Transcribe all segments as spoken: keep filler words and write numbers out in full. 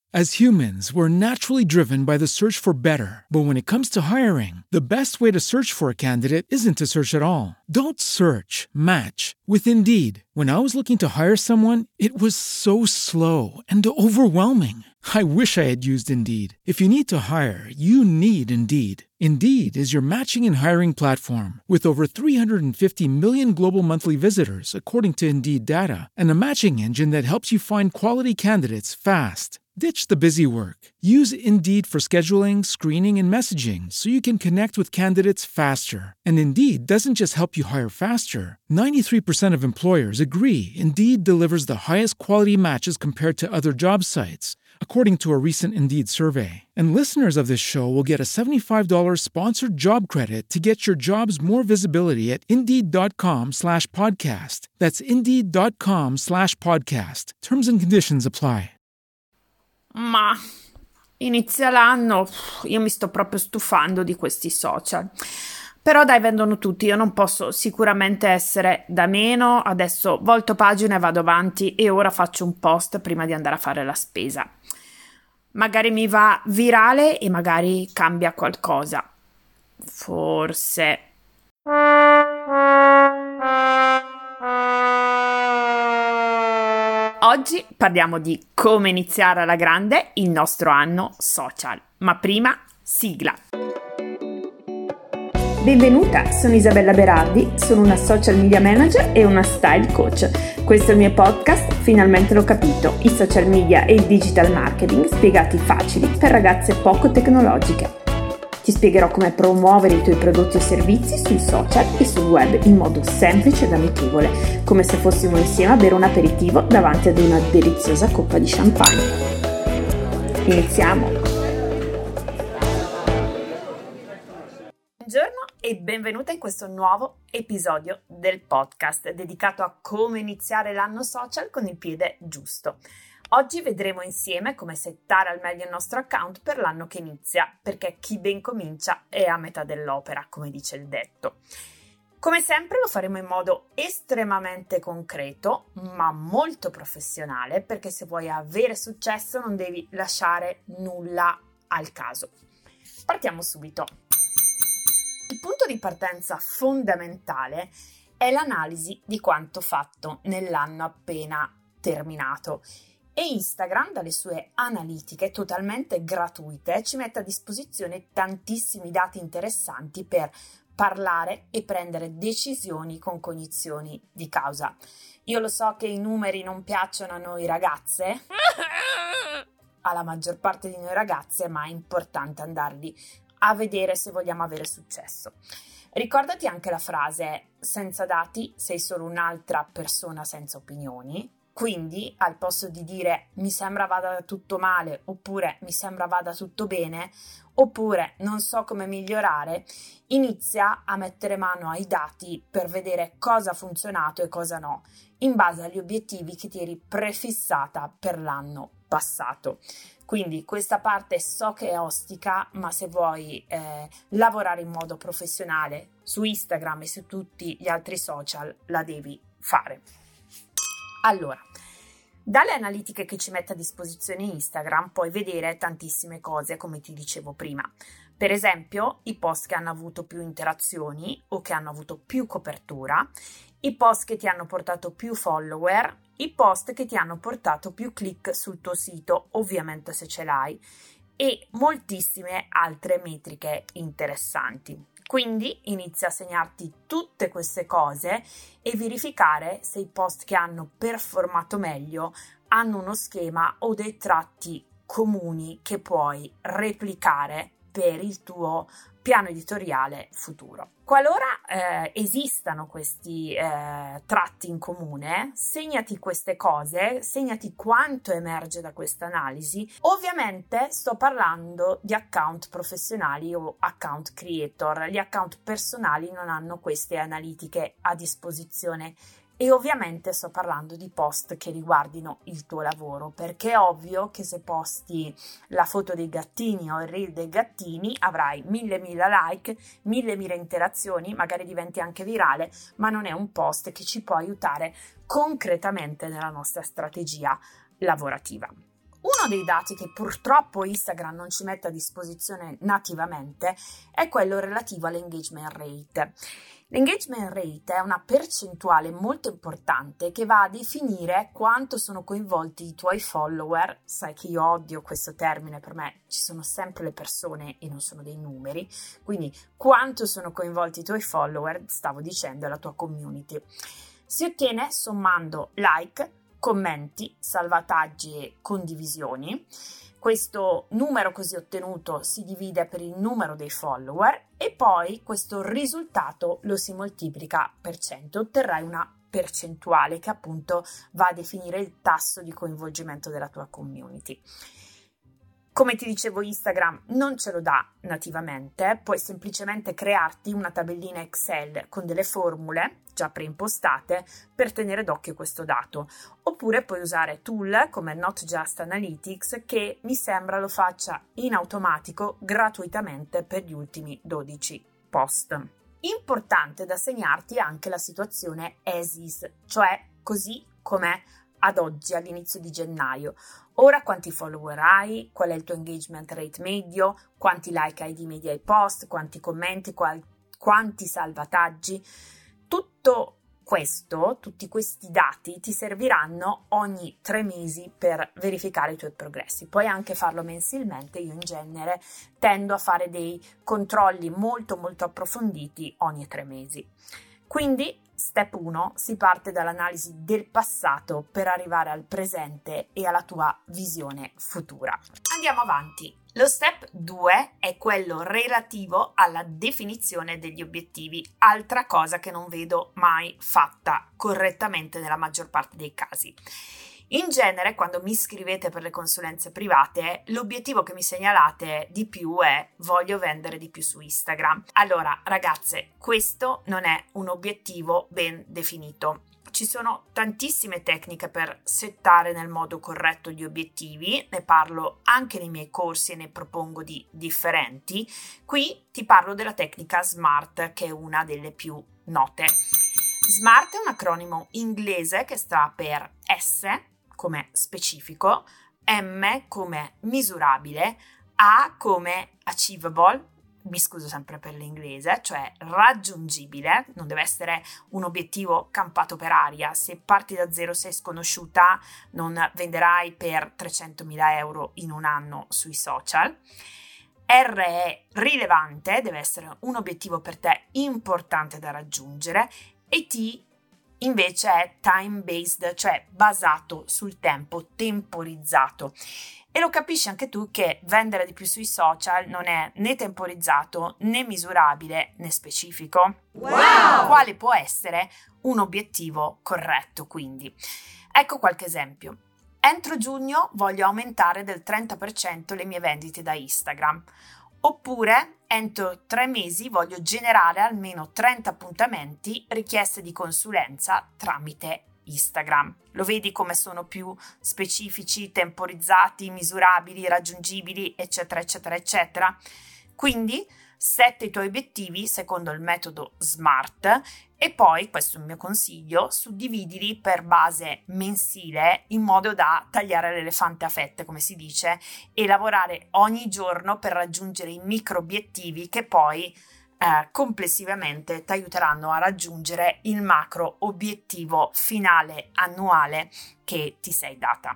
As humans, we're naturally driven by the search for better. But when it comes to hiring, the best way to search for a candidate isn't to search at all. Don't search, match with Indeed. When I was looking to hire someone, it was so slow and overwhelming. I wish I had used Indeed. If you need to hire, you need Indeed. Indeed is your matching and hiring platform with over three hundred fifty million global monthly visitors, according to Indeed data, and a matching engine that helps you find quality candidates fast. Ditch the busy work. Use Indeed for scheduling, screening, and messaging so you can connect with candidates faster. And Indeed doesn't just help you hire faster. ninety-three percent of employers agree Indeed delivers the highest quality matches compared to other job sites, according to a recent Indeed survey. And listeners of this show will get a seventy-five dollars sponsored job credit to get your jobs more visibility at Indeed.com slash podcast. That's Indeed.com slash podcast. Terms and conditions apply. Ma inizia l'anno, io mi sto proprio stufando di questi social. Però dai, vendono tutti, io non posso sicuramente essere da meno. Adesso volto pagina e vado avanti e ora faccio un post prima di andare a fare la spesa. Magari mi va virale e magari cambia qualcosa. Forse. Oggi parliamo di come iniziare alla grande il nostro anno social. Ma prima, sigla. Benvenuta, sono Isabella Berardi, sono una social media manager e una style coach. Questo è il mio podcast, Finalmente l'ho capito, i social media e il digital marketing spiegati facili per ragazze poco tecnologiche. Ti spiegherò come promuovere i tuoi prodotti o servizi sui social e sul web in modo semplice ed amichevole, come se fossimo insieme a bere un aperitivo davanti ad una deliziosa coppa di champagne. Iniziamo! Buongiorno e benvenuta in questo nuovo episodio del podcast dedicato a come iniziare l'anno social con il piede giusto. Oggi vedremo insieme come settare al meglio il nostro account per l'anno che inizia, perché chi ben comincia è a metà dell'opera, come dice il detto. Come sempre lo faremo in modo estremamente concreto, ma molto professionale, perché se vuoi avere successo non devi lasciare nulla al caso. Partiamo subito. Il punto di partenza fondamentale è l'analisi di quanto fatto nell'anno appena terminato. E Instagram, dalle sue analitiche totalmente gratuite, ci mette a disposizione tantissimi dati interessanti per parlare e prendere decisioni con cognizioni di causa. Io lo so che i numeri non piacciono a noi ragazze, alla maggior parte di noi ragazze, ma è importante andarli a vedere se vogliamo avere successo. Ricordati anche la frase: senza dati sei solo un'altra persona senza opinioni. Quindi, al posto di dire mi sembra vada tutto male, oppure mi sembra vada tutto bene, oppure non so come migliorare, inizia a mettere mano ai dati per vedere cosa ha funzionato e cosa no, in base agli obiettivi che ti eri prefissata per l'anno passato. Quindi questa parte so che è ostica, ma se vuoi eh, lavorare in modo professionale su Instagram e su tutti gli altri social, la devi fare. Allora, dalle analitiche che ci mette a disposizione Instagram puoi vedere tantissime cose, come ti dicevo prima. Per esempio, i post che hanno avuto più interazioni o che hanno avuto più copertura, i post che ti hanno portato più follower, i post che ti hanno portato più click sul tuo sito, ovviamente se ce l'hai, e moltissime altre metriche interessanti. Quindi inizia a segnarti tutte queste cose e verificare se i post che hanno performato meglio hanno uno schema o dei tratti comuni che puoi replicare per il tuo piano editoriale futuro. Qualora eh, esistano questi eh, tratti in comune, segnati queste cose, segnati quanto emerge da questa analisi. Ovviamente sto parlando di account professionali o account creator. Gli account personali non hanno queste analitiche a disposizione. E ovviamente sto parlando di post che riguardino il tuo lavoro, perché è ovvio che se posti la foto dei gattini o il reel dei gattini avrai mille mila like, mille mila interazioni, magari diventi anche virale, ma non è un post che ci può aiutare concretamente nella nostra strategia lavorativa. Uno dei dati che purtroppo Instagram non ci mette a disposizione nativamente è quello relativo all'engagement rate. L'engagement rate è una percentuale molto importante che va a definire quanto sono coinvolti i tuoi follower. Sai che io odio questo termine, per me ci sono sempre le persone e non sono dei numeri, quindi quanto sono coinvolti i tuoi follower, stavo dicendo, è la tua community. Si ottiene sommando like, commenti, salvataggi e condivisioni. Questo numero così ottenuto si divide per il numero dei follower e poi questo risultato lo si moltiplica per cento, otterrai una percentuale che appunto va a definire il tasso di coinvolgimento della tua community. Come ti dicevo, Instagram non ce lo dà nativamente, puoi semplicemente crearti una tabellina Excel con delle formule già preimpostate per tenere d'occhio questo dato, oppure puoi usare tool come Not Just Analytics che mi sembra lo faccia in automatico gratuitamente per gli ultimi dodici post. Importante da segnarti anche la situazione as is, cioè così com'è ad oggi, all'inizio di gennaio. Ora quanti follower hai, qual è il tuo engagement rate medio, quanti like hai di media ai post, quanti commenti, qual- quanti salvataggi. Tutto questo, tutti questi dati ti serviranno ogni tre mesi per verificare i tuoi progressi. Puoi anche farlo mensilmente, io in genere tendo a fare dei controlli molto molto approfonditi ogni tre mesi. Quindi step uno, si parte dall'analisi del passato per arrivare al presente e alla tua visione futura. Andiamo avanti. Lo step due è quello relativo alla definizione degli obiettivi, altra cosa che non vedo mai fatta correttamente nella maggior parte dei casi. In genere, quando mi scrivete per le consulenze private, l'obiettivo che mi segnalate di più è voglio vendere di più su Instagram. Allora, ragazze, questo non è un obiettivo ben definito. Ci sono tantissime tecniche per settare nel modo corretto gli obiettivi, ne parlo anche nei miei corsi e ne propongo di differenti. Qui ti parlo della tecnica SMART, che è una delle più note. SMART è un acronimo inglese che sta per S come specifico, M come misurabile, A come achievable, mi scuso sempre per l'inglese, cioè raggiungibile, non deve essere un obiettivo campato per aria. Se parti da zero, sei sconosciuta, non venderai per trecentomila euro in un anno sui social. R è rilevante, deve essere un obiettivo per te importante da raggiungere, e T invece è time-based, cioè basato sul tempo, temporizzato. E lo capisci anche tu che vendere di più sui social non è né temporizzato, né misurabile, né specifico. Wow! Quale può essere un obiettivo corretto, quindi? Ecco qualche esempio. Entro giugno voglio aumentare del trenta per cento le mie vendite da Instagram. Oppure, entro tre mesi voglio generare almeno trenta appuntamenti richieste di consulenza tramite Instagram. Lo vedi come sono più specifici, temporizzati, misurabili, raggiungibili, eccetera, eccetera, eccetera. Quindi, setta i tuoi obiettivi secondo il metodo SMART e poi, questo è il mio consiglio, suddividili per base mensile in modo da tagliare l'elefante a fette, come si dice, e lavorare ogni giorno per raggiungere i micro obiettivi che poi eh, complessivamente ti aiuteranno a raggiungere il macro obiettivo finale annuale che ti sei data.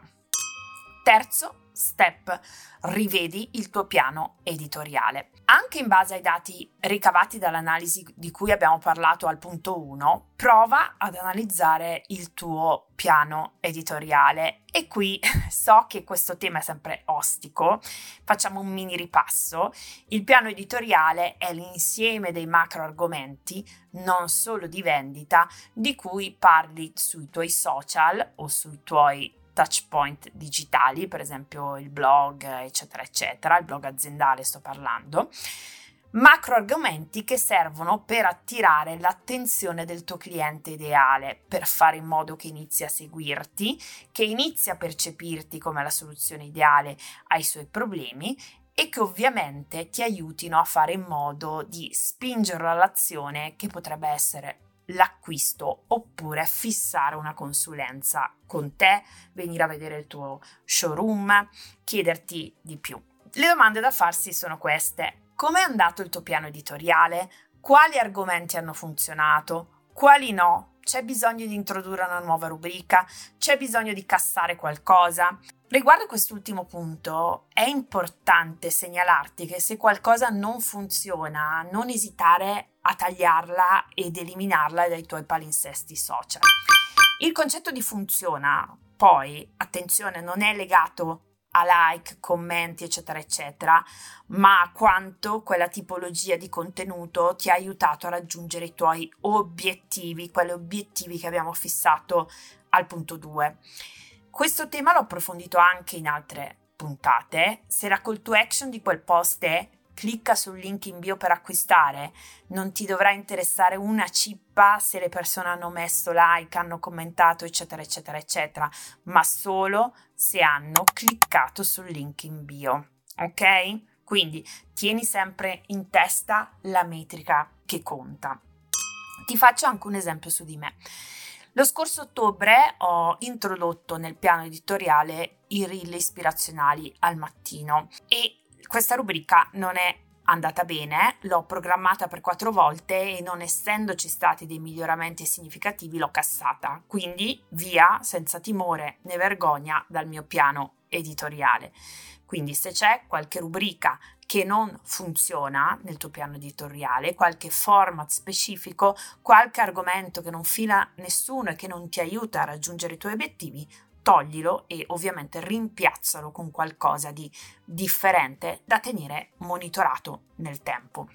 Terzo step, rivedi il tuo piano editoriale. Anche in base ai dati ricavati dall'analisi di cui abbiamo parlato al punto uno, prova ad analizzare il tuo piano editoriale. E qui so che questo tema è sempre ostico, facciamo un mini ripasso. Il piano editoriale è l'insieme dei macro argomenti, non solo di vendita, di cui parli sui tuoi social o sui tuoi touch point digitali, per esempio il blog, eccetera, eccetera, il blog aziendale sto parlando, macro argomenti che servono per attirare l'attenzione del tuo cliente ideale, per fare in modo che inizi a seguirti, che inizi a percepirti come la soluzione ideale ai suoi problemi e che ovviamente ti aiutino a fare in modo di spingerlo all'azione che potrebbe essere l'acquisto oppure fissare una consulenza con te, venire a vedere il tuo showroom, chiederti di più. Le domande da farsi sono queste: come è andato il tuo piano editoriale? Quali argomenti hanno funzionato? Quali no? C'è bisogno di introdurre una nuova rubrica? C'è bisogno di cassare qualcosa? Riguardo quest'ultimo punto, è importante segnalarti che se qualcosa non funziona, non esitare a tagliarla ed eliminarla dai tuoi palinsesti social. Il concetto di funziona, poi, attenzione, non è legato a like, commenti, eccetera, eccetera, ma a quanto quella tipologia di contenuto ti ha aiutato a raggiungere i tuoi obiettivi, quegli obiettivi che abbiamo fissato al punto due. Questo tema l'ho approfondito anche in altre puntate. Se la call to action di quel post è clicca sul link in bio per acquistare, non ti dovrà interessare una cippa se le persone hanno messo like, hanno commentato, eccetera, eccetera, eccetera, ma solo se hanno cliccato sul link in bio, ok? Quindi tieni sempre in testa la metrica che conta. Ti faccio anche un esempio su di me. Lo scorso ottobre ho introdotto nel piano editoriale i reel ispirazionali al mattino e questa rubrica non è andata bene, l'ho programmata per quattro volte e non essendoci stati dei miglioramenti significativi l'ho cassata, quindi via senza timore né vergogna dal mio piano editoriale. Quindi se c'è qualche rubrica che non funziona nel tuo piano editoriale, qualche format specifico, qualche argomento che non fila nessuno e che non ti aiuta a raggiungere i tuoi obiettivi, toglilo e ovviamente rimpiazzalo con qualcosa di differente da tenere monitorato nel tempo.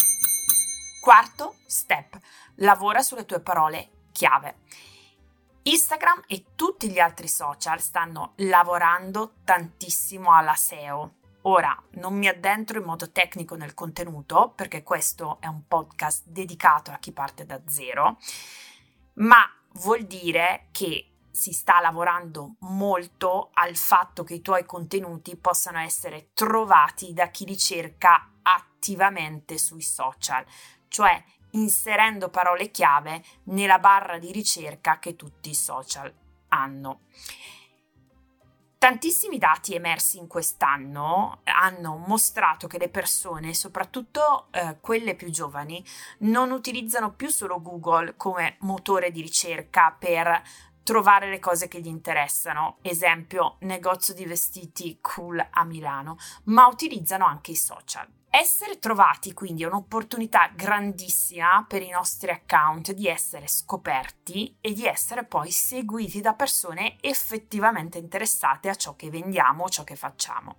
Quarto step, lavora sulle tue parole chiave. Instagram e tutti gli altri social stanno lavorando tantissimo alla S E O. Ora, non mi addentro in modo tecnico nel contenuto, perché questo è un podcast dedicato a chi parte da zero, ma vuol dire che si sta lavorando molto al fatto che i tuoi contenuti possano essere trovati da chi li cerca attivamente sui social, cioè inserendo parole chiave nella barra di ricerca che tutti i social hanno. Tantissimi dati emersi in quest'anno hanno mostrato che le persone, soprattutto eh, quelle più giovani, non utilizzano più solo Google come motore di ricerca per trovare le cose che gli interessano, esempio negozio di vestiti cool a Milano, ma utilizzano anche i social. Essere trovati quindi è un'opportunità grandissima per i nostri account di essere scoperti e di essere poi seguiti da persone effettivamente interessate a ciò che vendiamo o ciò che facciamo.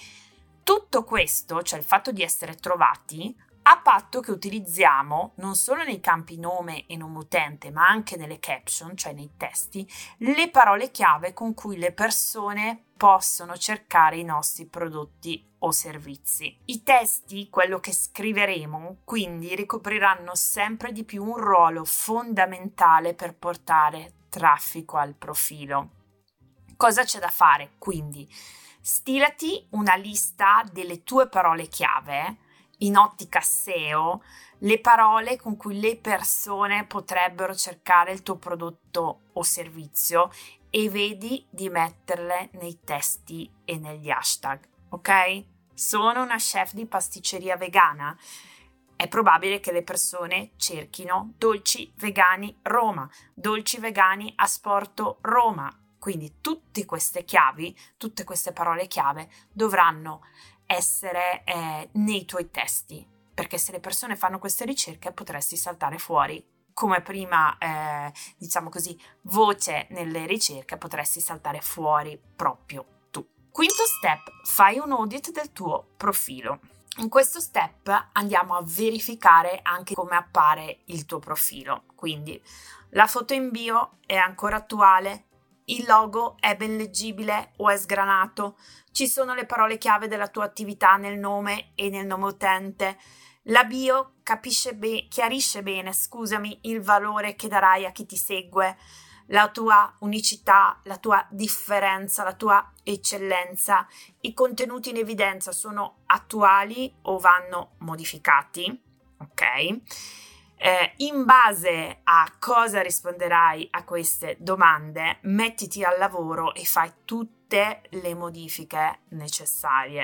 Tutto questo, cioè il fatto di essere trovati, a patto che utilizziamo non solo nei campi nome e nome utente, ma anche nelle caption, cioè nei testi, le parole chiave con cui le persone possono cercare i nostri prodotti o servizi. I testi, quello che scriveremo, quindi ricopriranno sempre di più un ruolo fondamentale per portare traffico al profilo. Cosa c'è da fare? Quindi stilati una lista delle tue parole chiave in ottica S E O, le parole con cui le persone potrebbero cercare il tuo prodotto o servizio e vedi di metterle nei testi e negli hashtag, ok? Sono una chef di pasticceria vegana. È probabile che le persone cerchino dolci vegani Roma, dolci vegani a Sporto Roma. Quindi tutte queste chiavi, tutte queste parole chiave dovranno essere eh, nei tuoi testi, perché se le persone fanno queste ricerche potresti saltare fuori come prima, eh, diciamo così, voce nelle ricerche, potresti saltare fuori proprio tu. Quinto step, fai un audit del tuo profilo. In questo step andiamo a verificare anche come appare il tuo profilo, quindi la foto in bio è ancora attuale, il logo è ben leggibile o è sgranato, ci sono le parole chiave della tua attività nel nome e nel nome utente, la bio capisce be- chiarisce bene, scusami, il valore che darai a chi ti segue, la tua unicità, la tua differenza, la tua eccellenza, i contenuti in evidenza sono attuali o vanno modificati, ok? Eh, in base a cosa risponderai a queste domande, mettiti al lavoro e fai tutte le modifiche necessarie.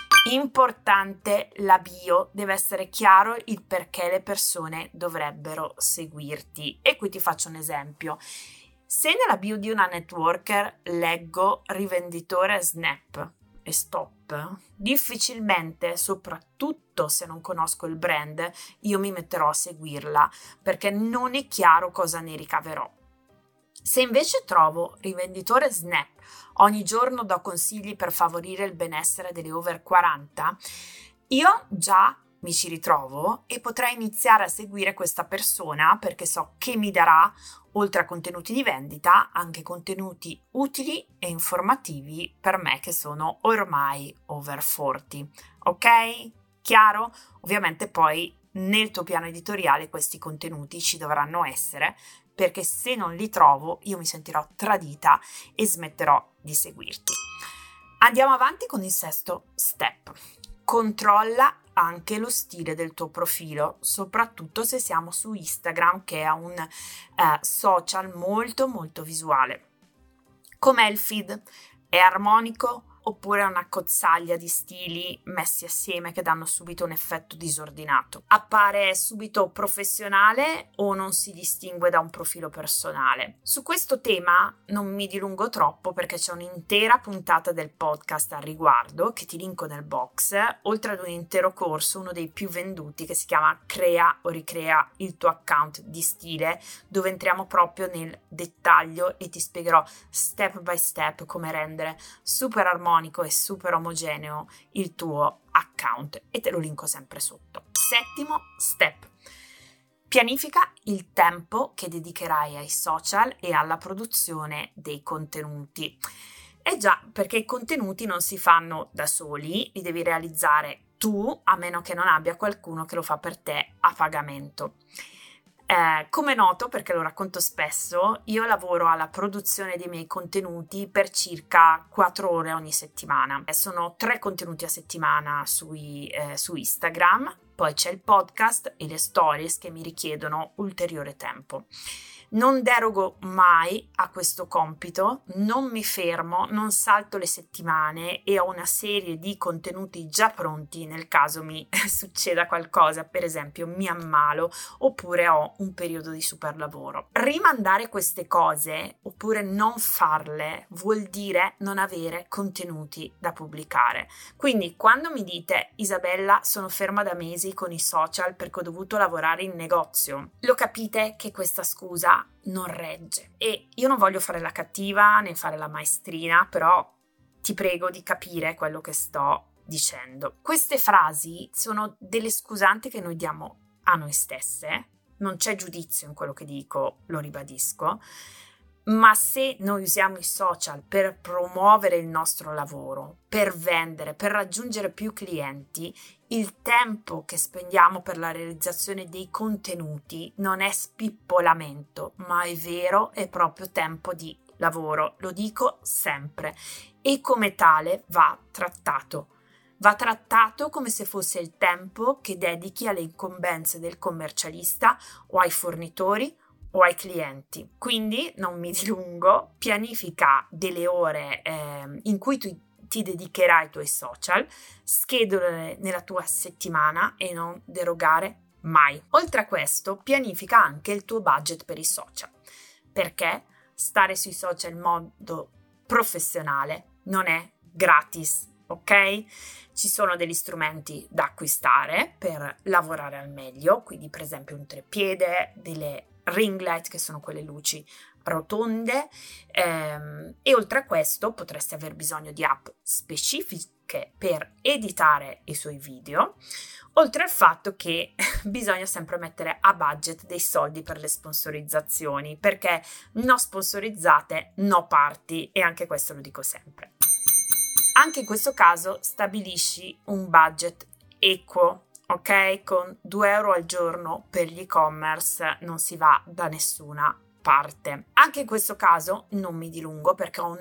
Importante, la bio, deve essere chiaro il perché le persone dovrebbero seguirti. E qui ti faccio un esempio. Se nella bio di una networker leggo rivenditore Snap e stop, difficilmente, soprattutto se non conosco il brand, io mi metterò a seguirla perché non è chiaro cosa ne ricaverò. Se invece trovo rivenditore Snap, ogni giorno do consigli per favorire il benessere delle over quaranta, io già mi ci ritrovo e potrei iniziare a seguire questa persona perché so che mi darà, oltre a contenuti di vendita, anche contenuti utili e informativi per me che sono ormai over quaranta. Ok? Chiaro? Ovviamente poi nel tuo piano editoriale questi contenuti ci dovranno essere, perché se non li trovo io mi sentirò tradita e smetterò di seguirti. Andiamo avanti con il sesto step. Controlla anche lo stile del tuo profilo, soprattutto se siamo su Instagram, che è un eh, social molto molto visuale. Com'è il feed? È armonico oppure è una cozzaglia di stili messi assieme che danno subito un effetto disordinato? Appare subito professionale o non si distingue da un profilo personale? Su questo tema non mi dilungo troppo perché c'è un'intera puntata del podcast al riguardo che ti linko nel box, oltre ad un intero corso, uno dei più venduti, che si chiama Crea o ricrea il tuo account di stile, dove entriamo proprio nel dettaglio e ti spiegherò step by step come rendere super armonico e super omogeneo il tuo account, e te lo linko sempre sotto. Settimo step. Pianifica il tempo che dedicherai ai social e alla produzione dei contenuti. Eh già, perché i contenuti non si fanno da soli, li devi realizzare tu, a meno che non abbia qualcuno che lo fa per te a pagamento. Eh, come noto, perché lo racconto spesso, io lavoro alla produzione dei miei contenuti per circa quattro ore ogni settimana. Eh, sono tre contenuti a settimana sui, eh, su Instagram, poi c'è il podcast e le stories che mi richiedono ulteriore tempo. Non derogo mai a questo compito, non mi fermo, non salto le settimane e ho una serie di contenuti già pronti nel caso mi succeda qualcosa, per esempio mi ammalo oppure ho un periodo di super lavoro. Rimandare queste cose oppure non farle vuol dire non avere contenuti da pubblicare. Quindi quando mi dite Isabella, sono ferma da mesi con i social perché ho dovuto lavorare in negozio, lo capite che questa scusa non regge. E io non voglio fare la cattiva né fare la maestrina, però ti prego di capire quello che sto dicendo. Queste frasi sono delle scusanti che noi diamo a noi stesse, non c'è giudizio in quello che dico, lo ribadisco, ma se noi usiamo i social per promuovere il nostro lavoro, per vendere, per raggiungere più clienti, il tempo che spendiamo per la realizzazione dei contenuti non è spippolamento, ma è vero, è proprio tempo di lavoro, lo dico sempre, e come tale va trattato. Va trattato come se fosse il tempo che dedichi alle incombenze del commercialista o ai fornitori o ai clienti. Quindi non mi dilungo, pianifica delle ore eh, in cui tu ti dedicherai ai tuoi social, schedulale nella tua settimana e non derogare mai. Oltre a questo, pianifica anche il tuo budget per i social, perché stare sui social in modo professionale non è gratis, ok? Ci sono degli strumenti da acquistare per lavorare al meglio, quindi per esempio un treppiede, delle ring light che sono quelle luci rotonde ehm, e oltre a questo potresti aver bisogno di app specifiche per editare i suoi video, oltre al fatto che bisogna sempre mettere a budget dei soldi per le sponsorizzazioni, perché no sponsorizzate, no party, e anche questo lo dico sempre. Anche in questo caso stabilisci un budget equo. Ok, con due euro al giorno per gli e-commerce non si va da nessuna parte. Anche in questo caso non mi dilungo perché ho una ricchezza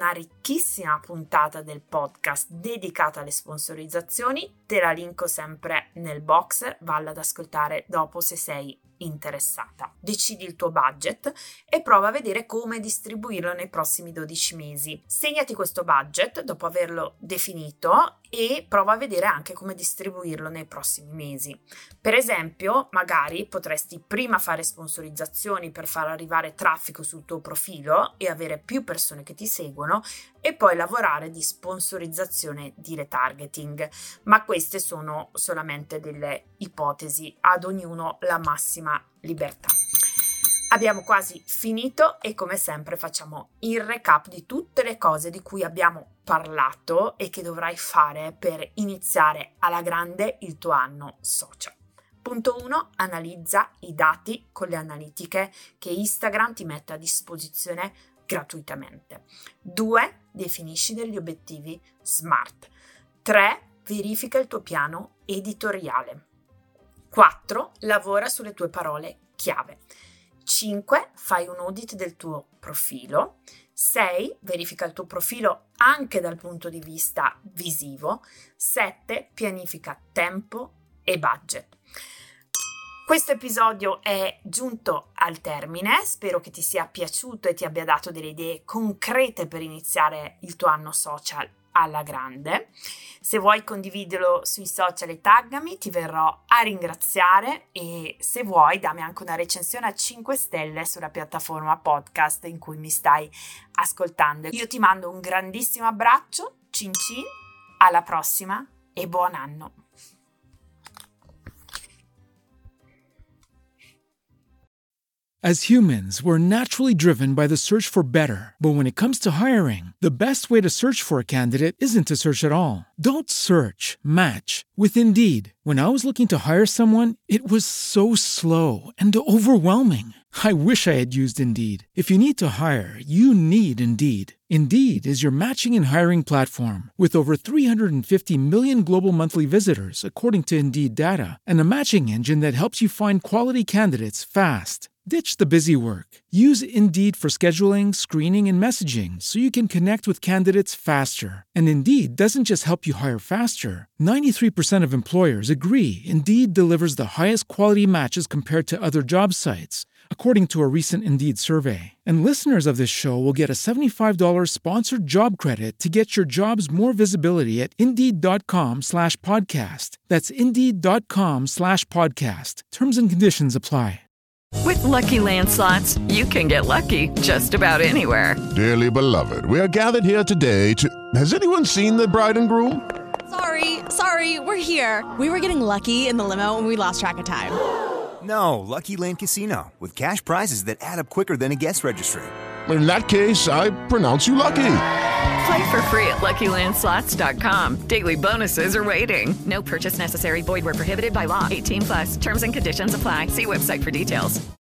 ricchissima puntata del podcast dedicata alle sponsorizzazioni, te la linko sempre nel box, valla ad ascoltare dopo se sei interessata. Decidi il tuo budget e prova a vedere come distribuirlo nei prossimi dodici mesi. Segnati questo budget dopo averlo definito e prova a vedere anche come distribuirlo nei prossimi mesi. Per esempio, magari potresti prima fare sponsorizzazioni per far arrivare traffico sul tuo profilo e avere più persone che ti seguono e poi lavorare di sponsorizzazione di retargeting, ma queste sono solamente delle ipotesi, ad ognuno la massima libertà. Abbiamo quasi finito e come sempre facciamo il recap di tutte le cose di cui abbiamo parlato e che dovrai fare per iniziare alla grande il tuo anno social. Punto uno. Analizza i dati con le analitiche che Instagram ti mette a disposizione gratuitamente. due. Definisci degli obiettivi SMART. tre. Verifica il tuo piano editoriale. quattro. Lavora sulle tue parole chiave. cinque. Fai un audit del tuo profilo. sei. Verifica il tuo profilo anche dal punto di vista visivo. sette. Pianifica tempo e budget. Questo episodio è giunto al termine, spero che ti sia piaciuto e ti abbia dato delle idee concrete per iniziare il tuo anno social alla grande. Se vuoi condividerlo sui social e taggami, ti verrò a ringraziare e se vuoi dammi anche una recensione a cinque stelle sulla piattaforma podcast in cui mi stai ascoltando. Io ti mando un grandissimo abbraccio, cin cin, alla prossima e buon anno! As humans, we're naturally driven by the search for better. But when it comes to hiring, the best way to search for a candidate isn't to search at all. Don't search, match with Indeed. When I was looking to hire someone, it was so slow and overwhelming. I wish I had used Indeed. If you need to hire, you need Indeed. Indeed is your matching and hiring platform with over three hundred fifty million global monthly visitors, according to Indeed data, and a matching engine that helps you find quality candidates fast. Ditch the busy work. Use Indeed for scheduling, screening, and messaging so you can connect with candidates faster. And Indeed doesn't just help you hire faster. ninety-three percent of employers agree Indeed delivers the highest quality matches compared to other job sites, according to a recent Indeed survey. And listeners of this show will get a seventy-five dollars sponsored job credit to get your jobs more visibility at Indeed.com slash podcast. That's Indeed.com slash podcast. Terms and conditions apply. With Lucky Land Slots, you can get lucky just about anywhere. Dearly beloved, we are gathered here today to... Has anyone seen the bride and groom? Sorry, sorry, we're here. We were getting lucky in the limo and we lost track of time. No, Lucky Land Casino, with cash prizes that add up quicker than a guest registry. In that case, I pronounce you lucky. Play for free at Lucky Land Slots dot com. Daily bonuses are waiting. No purchase necessary. Void where prohibited by law. eighteen plus. Terms and conditions apply. See website for details.